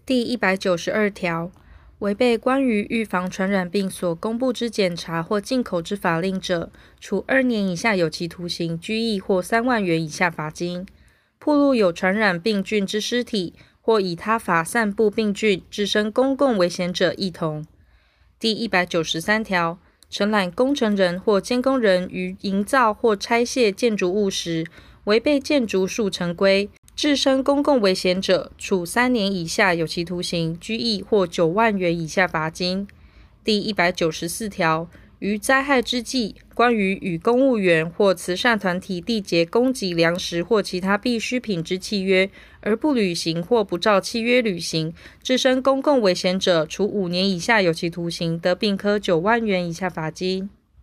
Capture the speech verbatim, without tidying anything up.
第一百九十二条，违背关于预防传染病所公布之检查或进口之法令者，处二年以下有期徒刑、拘役或三万元以下罚金。暴露有传染病菌之尸体，或以他法散布病菌，致生公共危险者，一同。第一百九十三条，承揽工程人或监工人于营造或拆卸建筑物时，违背建筑术程规，致生公共危险者，处三年以下有期徒刑、拘役或九万元以下罚金。第一百九十四条，于灾害之际，关于与公务员或慈善团体缔结供给粮食或其他必需品之契约，而不履行或不照契约履行，致生公共危险者，处五年以下有期徒刑，得并科九万元以下罚金。